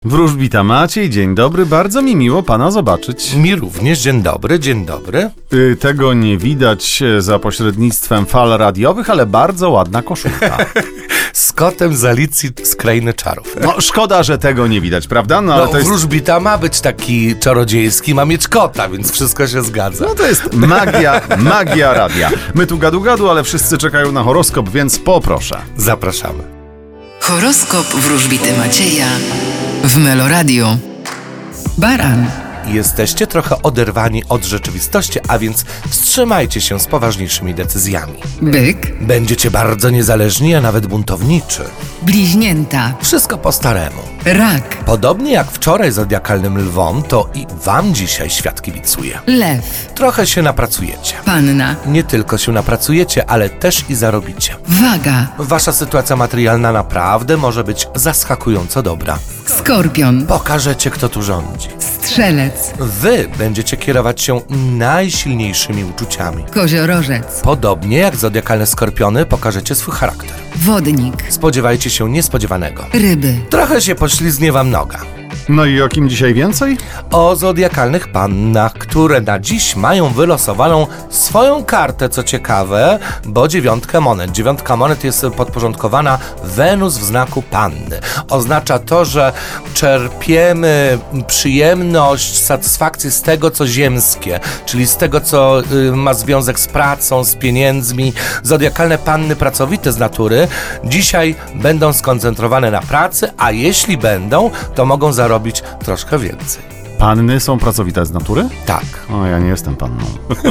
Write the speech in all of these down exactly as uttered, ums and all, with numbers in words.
Wróżbita Maciej, dzień dobry, bardzo mi miło pana zobaczyć. Mi również, dzień dobry, dzień dobry. Y, tego nie widać za pośrednictwem fal radiowych, ale bardzo ładna koszulka. Z kotem z Alicji z Krainy Czarów. No szkoda, że tego nie widać, prawda? No, No, ale to jest... wróżbita ma być taki czarodziejski, ma mieć kota, więc wszystko się zgadza. No to jest magia, magia radia. My tu gadu gadu, ale wszyscy czekają na horoskop, więc poproszę. Zapraszamy. Horoskop wróżbity Macieja w Meloradio. Baran. Jesteście trochę oderwani od rzeczywistości, a więc wstrzymajcie się z poważniejszymi decyzjami. Byk. Będziecie bardzo niezależni, a nawet buntowniczy. Bliźnięta. Wszystko po staremu. Rak. Podobnie jak wczoraj zodiakalnym lwom, to i wam dzisiaj świat kibicuje. Lew. Trochę się napracujecie. Panna. Nie tylko się napracujecie, ale też i zarobicie. Waga. Wasza sytuacja materialna naprawdę może być zaskakująco dobra. Skorpion. Pokażecie, kto tu rządzi. Strzelec. Wy będziecie kierować się najsilniejszymi uczuciami. Koziorożec. Podobnie jak zodiakalne skorpiony, pokażecie swój charakter. Wodnik. Spodziewajcie się niespodziewanego. Ryby. Trochę się poślizgnie wam noga. No i o kim dzisiaj więcej? O zodiakalnych pannach, które na dziś mają wylosowaną swoją kartę, co ciekawe, bo dziewiątkę monet. Dziewiątka monet jest podporządkowana Wenus w znaku panny. Oznacza to, że czerpiemy przyjemność, satysfakcję z tego, co ziemskie, czyli z tego, co y, ma związek z pracą, z pieniędzmi. Zodiakalne panny pracowite z natury dzisiaj będą skoncentrowane na pracy, a jeśli będą, to mogą zarobić troszkę więcej. Panny są pracowite z natury? Tak. O, ja nie jestem panną.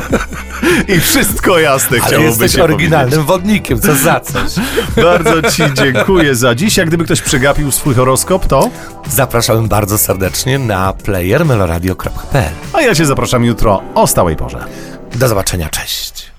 I wszystko jasne, Ale chciałoby jesteś się oryginalnym powiedzieć. wodnikiem, co za coś. Bardzo ci dziękuję za dziś. Jak gdyby ktoś przegapił swój horoskop, to... Zapraszamy bardzo serdecznie na player meloradio kropka p l. A ja cię zapraszam jutro o stałej porze. Do zobaczenia, cześć.